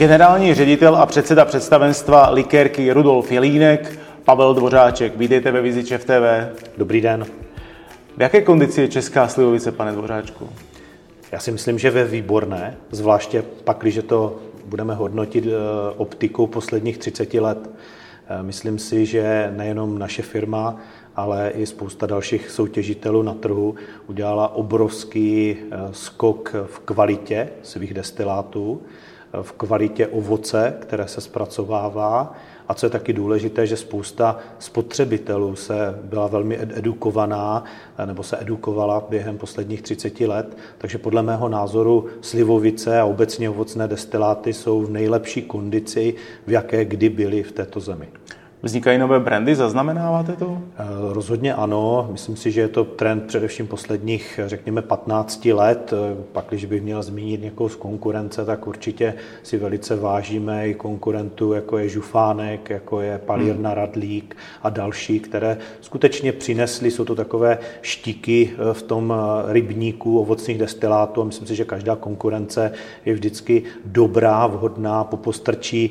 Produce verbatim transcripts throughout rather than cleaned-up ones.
Generální ředitel a předseda představenstva likérky Rudolf Jelínek, Pavel Dvořáček. Vítejte ve Vizi ČEV T V. Dobrý den. V jaké kondici je česká slivovice, pane Dvořáčku? Já si myslím, že ve výborné, zvláště pak, když to budeme hodnotit optikou posledních třiceti let. Myslím si, že nejenom naše firma, ale i spousta dalších soutěžitelů na trhu udělala obrovský skok v kvalitě svých destilátů, v kvalitě ovoce, které se zpracovává. A co je taky důležité, že spousta spotřebitelů se byla velmi edukovaná nebo se edukovala během posledních třiceti let. Takže podle mého názoru slivovice a obecně ovocné destiláty jsou v nejlepší kondici, v jaké kdy byly v této zemi. Vznikají nové brandy, zaznamenáváte to? Rozhodně ano, myslím si, že je to trend především posledních, řekněme, patnácti let. Pak, když bych měl zmínit někoho z konkurence, tak určitě si velice vážíme i konkurentů, jako je Žufánek, jako je Palírna hmm. Radlík a další, které skutečně přinesly, jsou to takové štíky v tom rybníku ovocných destilátů a myslím si, že každá konkurence je vždycky dobrá, vhodná, popostrčí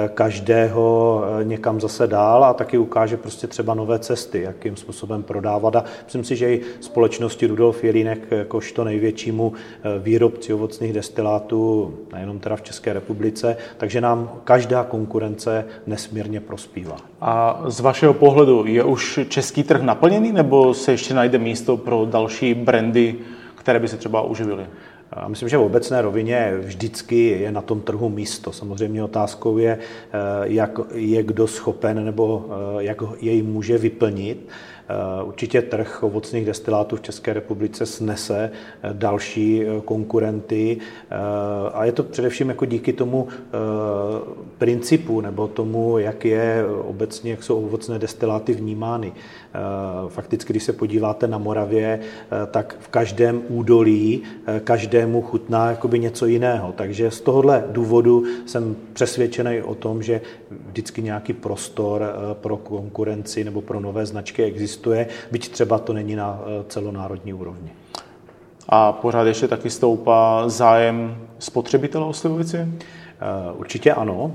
každého někam zase dál a taky ukáže prostě třeba nové cesty, jakým způsobem prodávat. A myslím si, že i společnosti Rudolf Jelínek jakožto největšímu výrobci ovocných destilátů, nejenom teda v České republice, takže nám každá konkurence nesmírně prospívá. A z vašeho pohledu je už český trh naplněný, nebo se ještě najde místo pro další brandy, které by se třeba uživily? A myslím, že v obecné rovině vždycky je na tom trhu místo. Samozřejmě otázkou je, jak je kdo schopen nebo jak jej může vyplnit. Určitě trh ovocných destilátů v České republice snese další konkurenty a je to především jako díky tomu principu nebo tomu, jak je obecně, jak jsou ovocné destiláty vnímány. Fakticky, když se podíváte na Moravě, tak v každém údolí každému chutná jakoby něco jiného. Takže z tohohle důvodu jsem přesvědčený o tom, že vždycky nějaký prostor pro konkurenci nebo pro nové značky existuje, byť třeba to není na celonárodní úrovni. A pořád ještě taky stoupá zájem spotřebitele o slivovici? Určitě ano.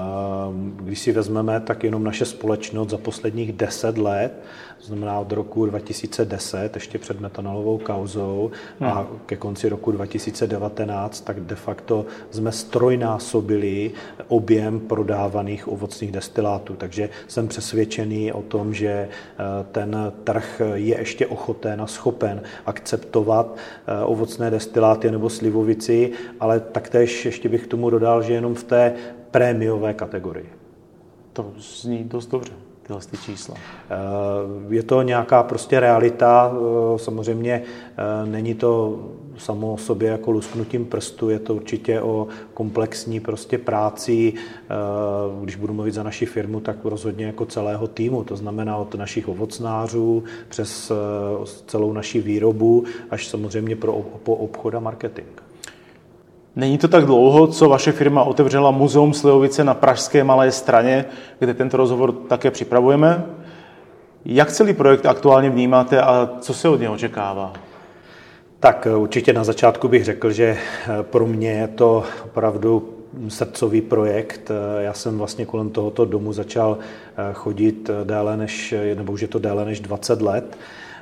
Když si vezmeme, tak jenom naše společnost za posledních deset let, to znamená od roku dva tisíce deset, ještě před metanolovou kauzou hmm. a ke konci roku dva tisíce devatenáct, tak de facto jsme strojnásobili objem prodávaných ovocných destilátů. Takže jsem přesvědčený o tom, že ten trh je ještě ochoten a schopen akceptovat ovocné destiláty nebo slivovici, ale taktéž ještě bych k tomu dodal, že jenom v té prémiové kategorii. To zní dost dobře, tyhle ty čísla. Je to nějaká prostě realita, samozřejmě není to samo o sobě jako lusknutím prstu, je to určitě o komplexní prostě práci, když budu mluvit za naši firmu, tak rozhodně jako celého týmu, to znamená od našich ovocnářů přes celou naši výrobu až samozřejmě pro obchod a marketing. Není to tak dlouho, co vaše firma otevřela Muzeum slivovice na pražské Malé Straně, kde tento rozhovor také připravujeme. Jak celý projekt aktuálně vnímáte a co se od něho očekává? Tak určitě na začátku bych řekl, že pro mě je to opravdu srdcový projekt. Já jsem vlastně kolem tohoto domu začal chodit déle než, nebo už je to déle než dvacet let.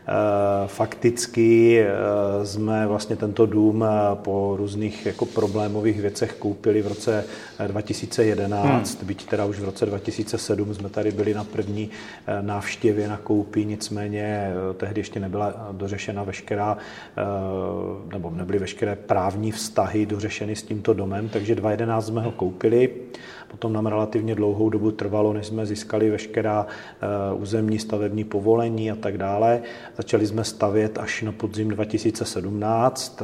Fakticky jsme vlastně tento dům po různých jako problémových věcech koupili v roce dva tisíce jedenáct, hmm. byť teda už v roce dva tisíce sedm jsme tady byli na první návštěvě na koupi, nicméně tehdy ještě nebyla dořešena veškerá, nebo nebyly veškeré právní vztahy dořešeny s tímto domem, takže dva tisíce jedenáct jsme ho koupili. Potom nám relativně dlouhou dobu trvalo, než jsme získali veškerá územní stavební povolení a tak dále. Začali jsme stavět až na podzim dva tisíce sedmnáct.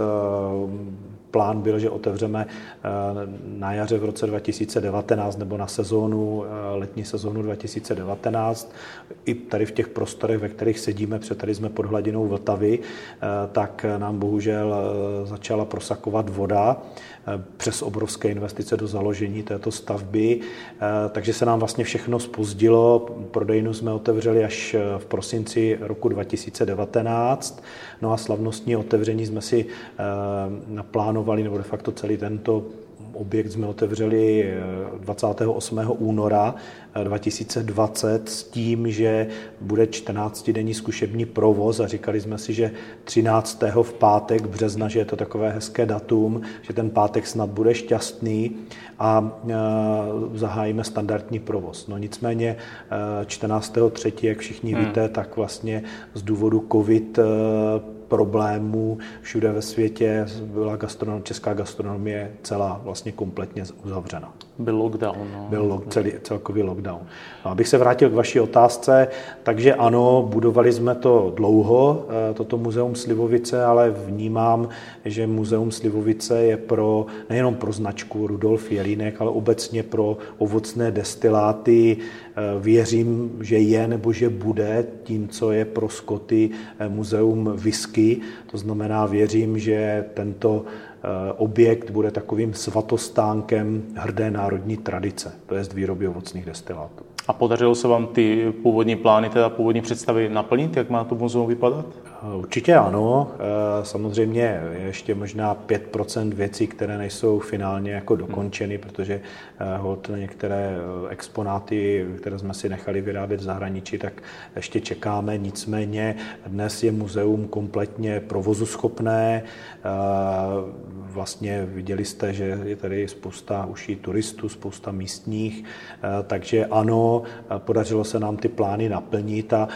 Plán byl, že otevřeme na jaře v roce dva tisíce devatenáct nebo na sezónu, letní sezónu dva tisíce devatenáct. I tady v těch prostorech, ve kterých sedíme, protože tady jsme pod hladinou Vltavy, tak nám bohužel začala prosakovat voda přes obrovské investice do založení této stavby. Takže se nám vlastně všechno zpozdilo. Prodejnu jsme otevřeli až v prosinci roku dva tisíce devatenáct. No a slavnostní otevření jsme si naplánovali, nebo de facto celý tento objekt jsme otevřeli dvacátého osmého února dva tisíce dvacet s tím, že bude čtrnáctidenní zkušební provoz a říkali jsme si, že třináctého v pátek března, že je to takové hezké datum, že ten pátek snad bude šťastný a zahájíme standardní provoz. No nicméně čtrnáctého třetího jak všichni hmm. víte, tak vlastně z důvodu covid problémů všude ve světě byla gastronom, česká gastronomie celá vlastně kompletně uzavřena. Byl lockdown. No. Byl lo, celý, celkový lockdown. No, abych se vrátil k vaší otázce, takže ano, budovali jsme to dlouho, toto muzeum Slivovice, ale vnímám, že muzeum Slivovice je pro, nejenom pro značku Rudolf Jelínek, ale obecně pro ovocné destiláty. Věřím, že je nebo že bude tím, co je pro Skoty muzeum whisky. To znamená, věřím, že tento objekt bude takovým svatostánkem hrdé národní tradice, to je výroby ovocných destilátů. A podařilo se vám ty původní plány, teda původní představy naplnit, jak má to muzeum vypadat? Určitě ano. Samozřejmě je ještě možná pět procent věcí, které nejsou finálně jako dokončeny, hmm. protože holt některé exponáty, které jsme si nechali vyrábět v zahraničí, tak ještě čekáme. Nicméně dnes je muzeum kompletně provozuschopné. Vlastně viděli jste, že je tady spousta už i turistů, spousta místních, takže ano, podařilo se nám ty plány naplnit a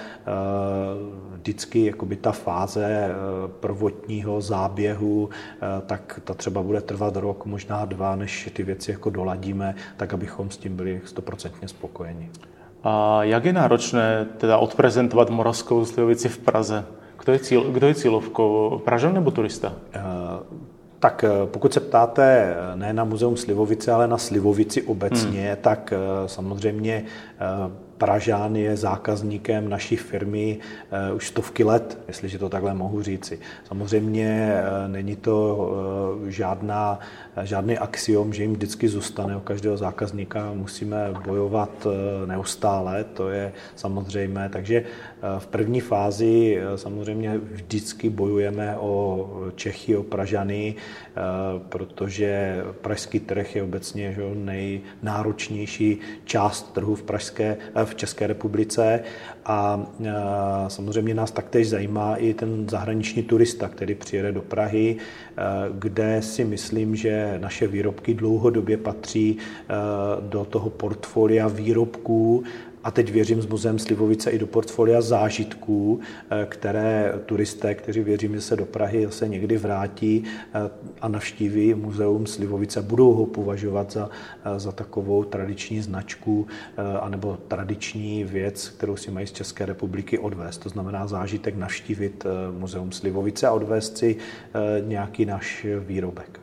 vždycky jakoby ta fáze prvotního záběhu, tak ta třeba bude trvat rok, možná dva, než ty věci jako doladíme, tak abychom s tím byli stoprocentně spokojeni. A jak je náročné teda odprezentovat Moravskou Slivovici v Praze? Kdo je, cíl, kdo je cílovkou? Pražan nebo turista? Uh, Tak pokud se ptáte ne na muzeum Slivovice, ale na Slivovici obecně, hmm. tak samozřejmě Pražán je zákazníkem naší firmy už stovky let, jestliže to takhle mohu říci. Samozřejmě není to žádná, žádný axiom, že jim vždycky zůstane. U každého zákazníka musíme bojovat neustále, to je samozřejmé. Takže v první fázi samozřejmě vždycky bojujeme o Čechy, o Pražany, protože pražský trh je obecně nejnáročnější část trhu v, pražské, v České republice a samozřejmě nás taktéž zajímá i ten zahraniční turista, který přijede do Prahy, kde si myslím, že naše výrobky dlouhodobě patří do toho portfolia výrobků, a teď věřím z muzeem Slivovice i do portfolia zážitků, které turisté, kteří věřím, že se do Prahy zase někdy vrátí a navštíví muzeum Slivovice, budou ho považovat za, za takovou tradiční značku anebo tradiční věc, kterou si mají z České republiky odvést. To znamená zážitek navštívit muzeum Slivovice a odvést si nějaký náš výrobek.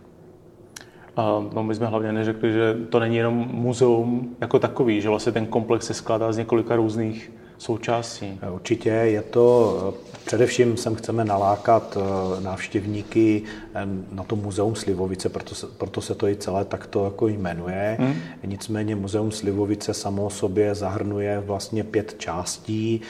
No, my jsme hlavně neřekli, že to není jenom muzeum jako takový, že vlastně ten komplex se skládá z několika různých součástí. Určitě je to, především sem chceme nalákat návštěvníky na to muzeum Slivovice, proto se, proto se to i celé takto jako jmenuje. Hmm. Nicméně muzeum Slivovice samo o sobě zahrnuje vlastně pět částí.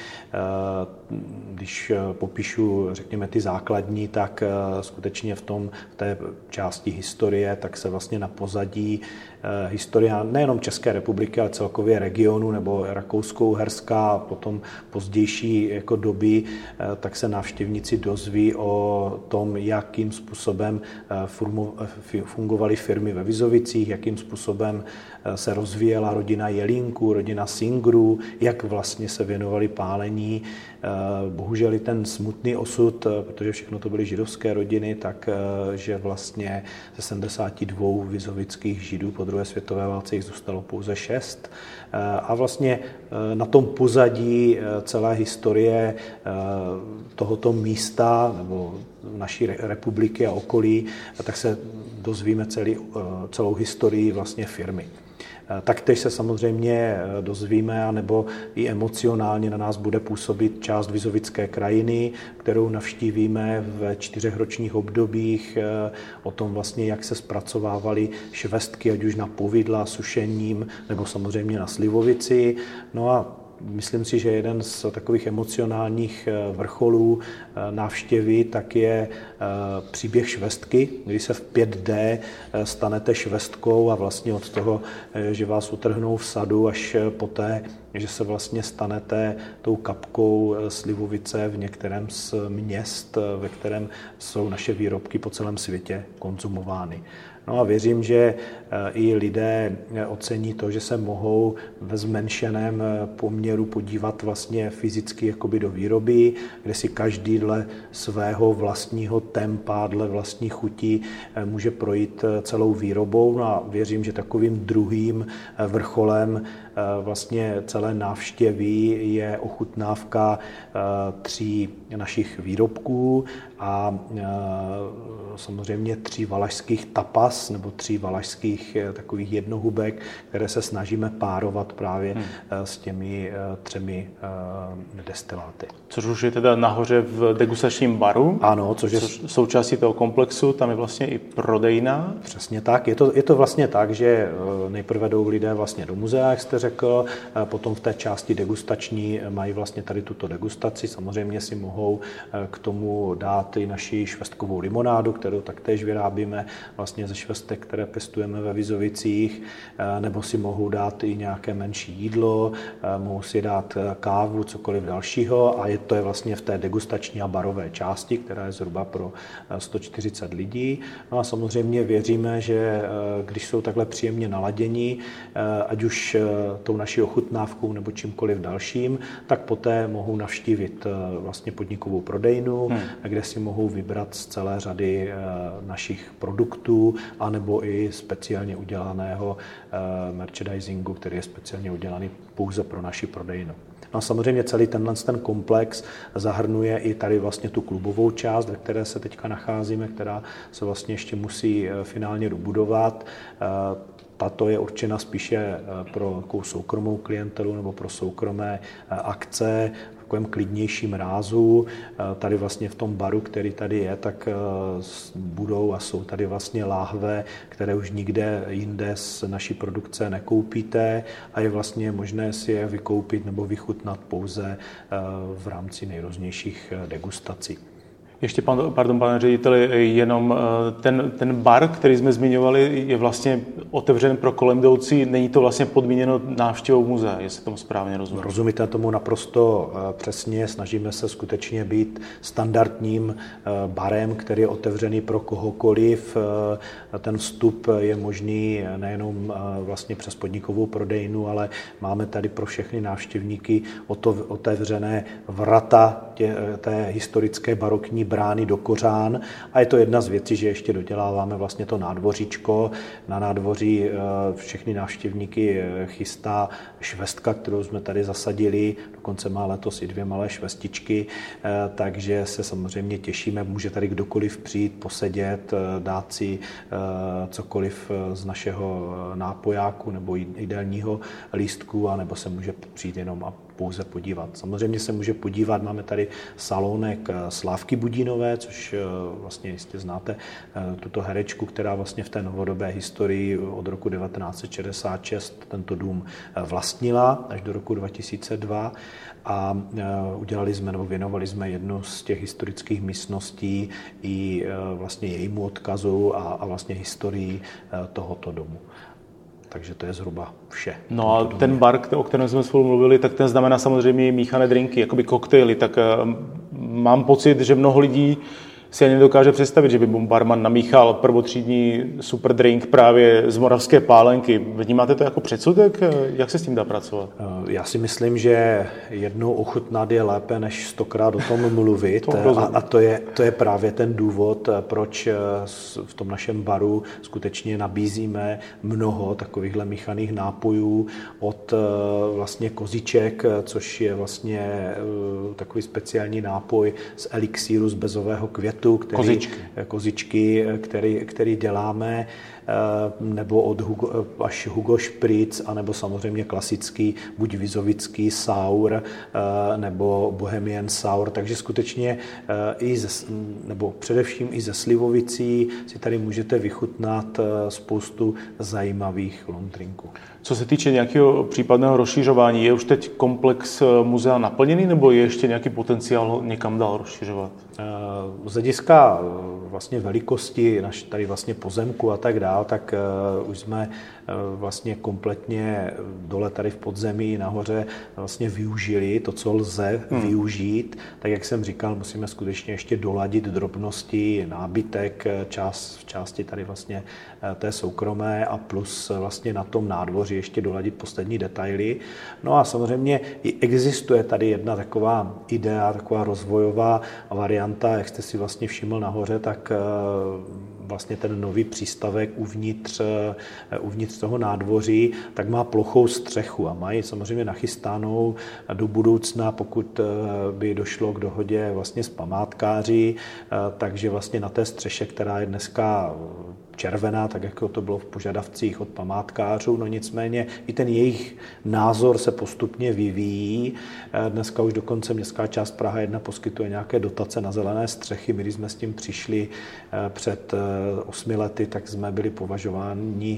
Když popíšu, řekněme, ty základní, tak skutečně v tom, v té části historie, tak se vlastně na pozadí historie nejenom České republiky, ale celkově regionu nebo Rakouskou-Herská a potom pozdější jako doby, tak se návštěvníci dozví o tom, jakým způsobem fungovaly firmy ve Vizovicích, jakým způsobem se rozvíjela rodina Jelínků, rodina Singrů, jak vlastně se věnovali pálení. Bohužel i ten smutný osud, protože všechno to byly židovské rodiny, tak že vlastně ze sedmdesáti dvou vizovických židů po druhé světové válce jich zůstalo pouze šest. A vlastně na tom pozadí celé historie tohoto místa nebo naší republiky a okolí, tak se dozvíme celý, celou historii vlastně firmy. Taktéž se samozřejmě dozvíme, anebo i emocionálně na nás bude působit část Vizovické krajiny, kterou navštívíme v čtyřech ročních obdobích, o tom vlastně, jak se zpracovávaly švestky, ať už na povidla, sušením, nebo samozřejmě na slivovici. No a myslím si, že jeden z takových emocionálních vrcholů návštěvy tak je příběh švestky, kdy se v pět dé stanete švestkou a vlastně od toho, že vás utrhnou v sadu, až poté, že se vlastně stanete tou kapkou slivovice v některém z měst, ve kterém jsou naše výrobky po celém světě konzumovány. No a věřím, že i lidé ocení to, že se mohou ve zmenšeném poměru podívat vlastně fyzicky jakoby do výroby, kde si každý dle svého vlastního tempa, dle vlastní chuti může projít celou výrobou. No a věřím, že takovým druhým vrcholem vlastně celé návštěvy je ochutnávka tří našich výrobků a samozřejmě tří valašských tapas nebo tří valašských takových jednohubek, které se snažíme párovat právě hmm. s těmi třemi destiláty. Což už je teda nahoře v degustačním baru. Ano, což je což součástí toho komplexu, tam je vlastně i prodejna. Přesně tak. Je to, je to vlastně tak, že nejprve jdou lidé vlastně do muzea, jak jste řekl, potom v té části degustační mají vlastně tady tuto degustaci. Samozřejmě si mohou k tomu dát i naši švestkovou limonádu, kterou taktéž vyrábíme vlastně ze švestek, které pěstujeme ve Vizovicích, nebo si mohou dát i nějaké menší jídlo, mohou si dát kávu, cokoliv dalšího a je to je vlastně v té degustační a barové části, která je zhruba pro sto čtyřicet lidí. No a samozřejmě věříme, že když jsou takhle příjemně naladění, ať už tou naší ochutnávkou nebo čímkoliv dalším, tak poté mohou navštívit vlastně podnikovou prodejnu, hmm. kde si mohou vybrat z celé řady našich produktů, anebo i speciálně udělaného merchandisingu, který je speciálně udělaný pouze pro naši prodejnu. No a samozřejmě celý tenhle ten komplex zahrnuje i tady vlastně tu klubovou část, ve které se teďka nacházíme, která se vlastně ještě musí finálně dobudovat. Tato je určena spíše pro takovou soukromou klientelu nebo pro soukromé akce, v takovém klidnějším rázu. Tady vlastně v tom baru, který tady je, tak budou a jsou tady vlastně láhve, které už nikde jinde z naší produkce nekoupíte a je vlastně možné si je vykoupit nebo vychutnat pouze v rámci nejrůznějších degustací. Ještě, pardon, pane řediteli, jenom ten, ten bar, který jsme zmiňovali, je vlastně otevřen pro kolem jdoucí, není to vlastně podmíněno návštěvou muzea, jestli tomu správně rozumím. Rozumíte tomu naprosto přesně, snažíme se skutečně být standardním barem, který je otevřený pro kohokoliv. Ten vstup je možný nejenom vlastně přes podnikovou prodejnu, ale máme tady pro všechny návštěvníky otevřené vrata tě, té historické barokní brány do Kořán a je to jedna z věcí, že ještě doděláváme vlastně to nádvoříčko. Na nádvoří všechny návštěvníky chystá švestka, kterou jsme tady zasadili, dokonce má letos i dvě malé švestičky, takže se samozřejmě těšíme, může tady kdokoliv přijít, posedět, dát si cokoliv z našeho nápojáku nebo jídelního lístku, anebo se může přijít jenom a pouze podívat. Samozřejmě se může podívat, máme tady salonek Slávky Budínové, což vlastně jistě znáte tuto herečku, která vlastně v té novodobé historii od roku devatenáct set šedesát šest tento dům vlastnila až do roku dva tisíce dva a udělali jsme nebo věnovali jsme jednu z těch historických místností i vlastně jejímu odkazu a, a vlastně historii tohoto domu. Takže to je zhruba vše. No a ten bar, o kterém jsme spolu mluvili, tak ten znamená samozřejmě míchané drinky, jakoby koktejly. Tak mám pocit, že mnoho lidí si ani nedokáže představit, že by barman namíchal prvotřídní super drink právě z moravské pálenky. Vnímáte to jako předsudek? Jak se s tím dá pracovat? Já si myslím, že jednou ochutnat je lépe, než stokrát o tom mluvit. to a a to, je, to je právě ten důvod, proč v tom našem baru skutečně nabízíme mnoho takovýchhle míchaných nápojů od vlastně koziček, což je vlastně takový speciální nápoj z elixíru z bezového květu, Který, kozičky, kozičky který, který děláme, nebo od Hugo, až Hugo Spritz, anebo samozřejmě klasický, buď vizovický sour, nebo Bohemian sour, takže skutečně i ze, nebo především i ze slivovicí si tady můžete vychutnat spoustu zajímavých long drinků. Co se týče nějakého případného rozšiřování, je už teď komplex muzea naplněný, nebo je ještě nějaký potenciál někam dál rozšiřovat? Z hlediska vlastně velikosti naš tady vlastně pozemku a tak dál, tak už jsme vlastně kompletně dole tady v podzemí nahoře vlastně využili to, co lze hmm. využít. Tak jak jsem říkal, musíme skutečně ještě doladit drobnosti, nábytek, část, v části tady vlastně té soukromé a plus vlastně na tom nádvoří ještě doladit poslední detaily. No a samozřejmě i existuje tady jedna taková idea, taková rozvojová varianta, jak jste si vlastně všiml nahoře, tak vlastně ten nový přístavek uvnitř, uvnitř toho nádvoří, tak má plochou střechu a mají samozřejmě nachystánou do budoucna, pokud by došlo k dohodě vlastně s památkáři, takže vlastně na té střeše, která je dneska červená, tak jako to bylo v požadavcích od památkářů, no nicméně i ten jejich názor se postupně vyvíjí. Dneska už dokonce městská část Praha jedna poskytuje nějaké dotace na zelené střechy. My, když jsme s tím přišli před osmi lety, tak jsme byli považováni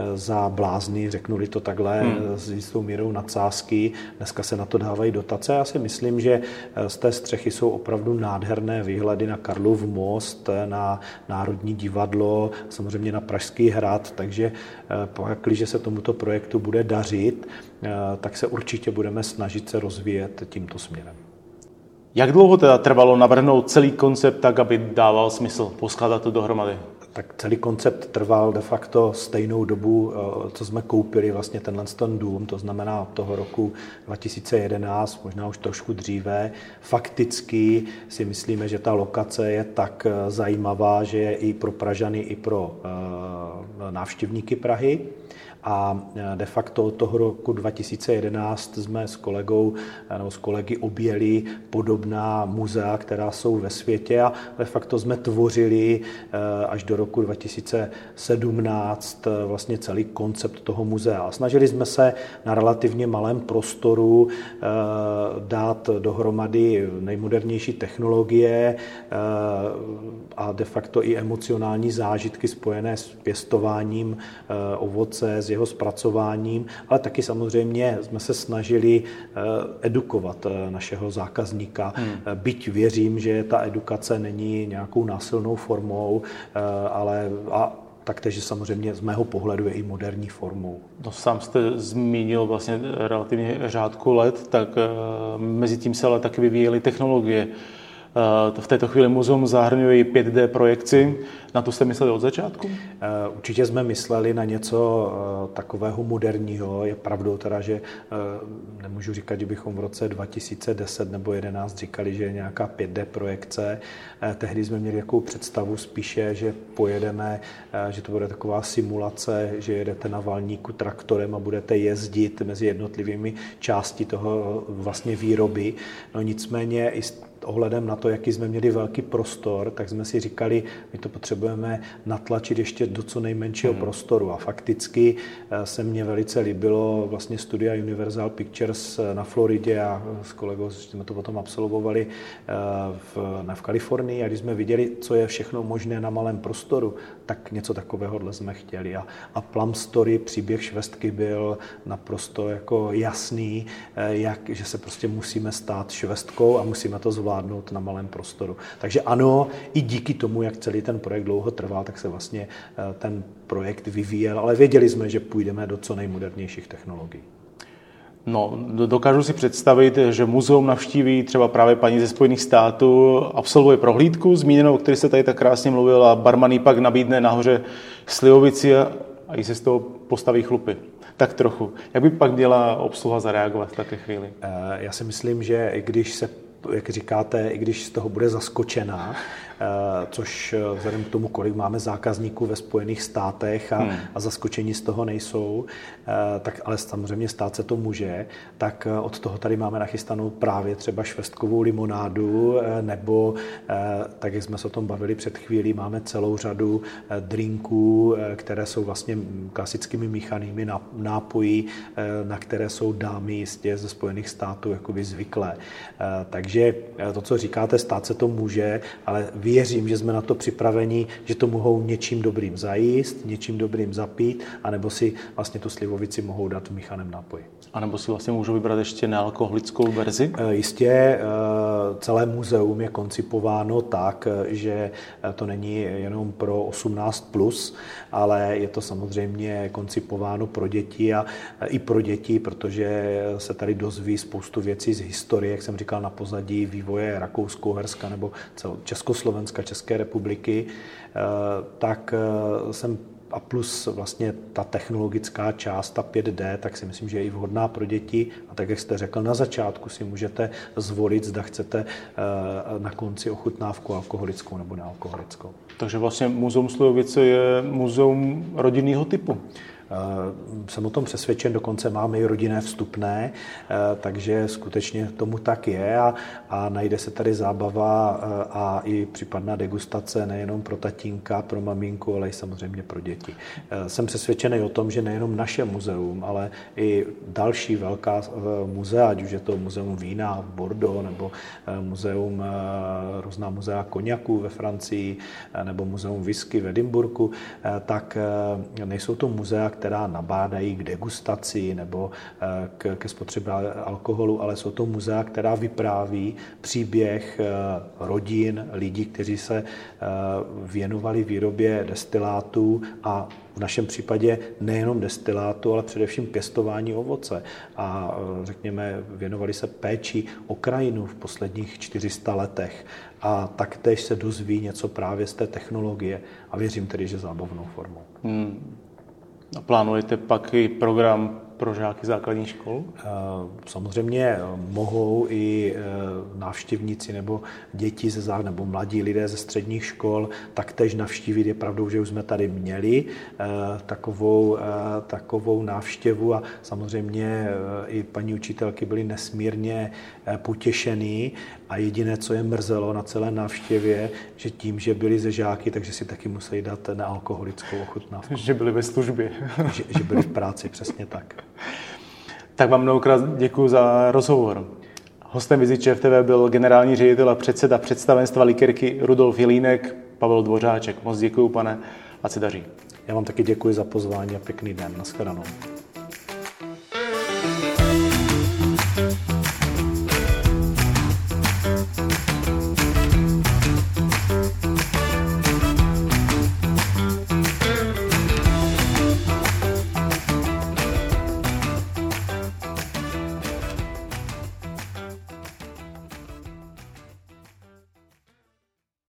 za blázny, řeknuli to takhle, hmm. s jistou mírou nadsázky. Dneska se na to dávají dotace. Já si myslím, že z té střechy jsou opravdu nádherné výhledy na Karlův most, na Národní divadlo, samozřejmě na Pražský hrad, takže když se tomuto projektu bude dařit, tak se určitě budeme snažit se rozvíjet tímto směrem. Jak dlouho teda trvalo navrhnout celý koncept tak, aby dával smysl poskládat to dohromady? Tak celý koncept trval de facto stejnou dobu, co jsme koupili vlastně tenhle ten dům, to znamená od toho roku dva tisíce jedenáct, možná už trošku dříve. Fakticky si myslíme, že ta lokace je tak zajímavá, že je i pro Pražany, i pro návštěvníky Prahy. A de facto od toho roku dva tisíce jedenáct jsme s kolegou nebo s kolegy objeli podobná muzea, která jsou ve světě a de facto jsme tvořili až do roku dva tisíce sedmnáct vlastně celý koncept toho muzea. A snažili jsme se na relativně malém prostoru dát dohromady nejmodernější technologie a de facto i emocionální zážitky spojené s pěstováním ovoce, s jeho zpracováním, ale taky samozřejmě jsme se snažili edukovat našeho zákazníka. Hmm. Byť věřím, že ta edukace není nějakou násilnou formou, ale a taktéž samozřejmě z mého pohledu je i moderní formou. No, sám jste zmínil vlastně relativně řádku let, tak mezi tím se ale taky vyvíjely technologie. V této chvíli muzeum zahrnuje pět dé projekci. Na to jste mysleli od začátku? Určitě jsme mysleli na něco takového moderního. Je pravdou teda, že nemůžu říkat, že bychom v roce dva tisíce deset nebo jedenáct říkali, že je nějaká pět dé projekce. Tehdy jsme měli jakou představu spíše, že pojedeme, že to bude taková simulace, že jedete na valníku traktorem a budete jezdit mezi jednotlivými části toho vlastně výroby. No nicméně i ohledem na to, jaký jsme měli velký prostor, tak jsme si říkali, my to potřebujeme natlačit ještě do co nejmenšího hmm. prostoru. A fakticky se mně velice líbilo vlastně studia Universal Pictures na Floridě a s kolegou jsme to potom absolvovali v, v Kalifornii. A když jsme viděli, co je všechno možné na malém prostoru, tak něco takového jsme chtěli. A, a Plum Story, příběh švestky, byl naprosto jako jasný, jak, že se prostě musíme stát švestkou a musíme to zvládnout na malém prostoru. Takže ano, i díky tomu, jak celý ten projekt dlouho trval, tak se vlastně ten projekt vyvíjel, ale věděli jsme, že půjdeme do co nejmodernějších technologií. No, dokážu si představit, že muzeum navštíví třeba právě paní ze Spojených států, absolvuje prohlídku zmíněnou, o které se tady tak krásně mluvil, a barman pak nabídne nahoře slivovici a i se z toho postaví chlupy. Tak trochu. Jak by pak měla obsluha zareagovat v také chvíli? Já si myslím, že i když se, jak říkáte, i když z toho bude zaskočená, což vzhledem k tomu, kolik máme zákazníků ve Spojených státech a, hmm. a zaskočení z toho nejsou, tak ale samozřejmě stát se to může, tak od toho tady máme nachystanou právě třeba švestkovou limonádu, nebo, tak jak jsme se o tom bavili před chvílí, máme celou řadu drinků, které jsou vlastně klasickými míchanými nápoji, na které jsou dámy jistě ze Spojených států jakoby zvyklé. Takže to, co říkáte, stát se to může, ale věřím, že jsme na to připraveni, že to mohou něčím dobrým zajíst, něčím dobrým zapít, anebo si vlastně tu slivovici mohou dát v míchaném nápoji. A nebo si vlastně můžou vybrat ještě nealkoholickou verzi? Jistě, celé muzeum je koncipováno tak, že to není jenom pro osmnáct plus, ale je to samozřejmě koncipováno pro děti a i pro děti, protože se tady dozví spoustu věcí z historie, jak jsem říkal, na pozadí vývoje Rakousko-Uherska nebo Československa, České republiky, tak jsem a plus vlastně ta technologická část, ta pět dé, tak si myslím, že je i vhodná pro děti. A tak, jak jste řekl, na začátku si můžete zvolit, zda chcete na konci ochutnávku alkoholickou nebo nealkoholickou. Takže vlastně Muzeum Slivovice je muzeum rodinného typu. Jsem o tom přesvědčen, dokonce máme i rodinné vstupné, takže skutečně tomu tak je a, a najde se tady zábava a i případná degustace nejenom pro tatínka, pro maminku, ale i samozřejmě pro děti. Jsem přesvědčený o tom, že nejenom naše muzeum, ale i další velká muzea, ať už je to muzeum vína v Bordeaux, nebo muzeum, různá muzea koněků ve Francii, nebo muzeum whisky v Edinburghu, tak nejsou to muzea, která nabádají k degustaci nebo k, ke spotřebě alkoholu, ale jsou to muzea, která vypráví příběh rodin, lidí, kteří se věnovali výrobě destilátů a v našem případě nejenom destilátu, ale především pěstování ovoce. A řekněme, věnovali se péči o krajinu v posledních čtyři sta letech. A taktéž se dozví něco právě z té technologie. A věřím tedy, že zábavnou formou. Hmm. A plánujete pak i program pro žáky základních škol? Samozřejmě mohou i návštěvníci nebo děti ze zá, nebo mladí lidé ze středních škol taktéž navštívit. Je pravdou, že už jsme tady měli takovou, takovou návštěvu a samozřejmě i paní učitelky byly nesmírně potěšený a jediné, co je mrzelo na celé návštěvě, že tím, že byli ze žáky, takže si taky museli dát nealkoholickou ochutnávku. Že byli ve službě. že, že byli v práci, přesně tak. Tak vám mnohokrát děkuji za rozhovor. Hostem Vizi ČT byl generální ředitel a předseda představenstva likérky Rudolf Jelínek, Pavel Dvořáček. Moc děkuji, pane, a se daří. Já vám taky děkuji za pozvání a pěkný den. Naschledanou.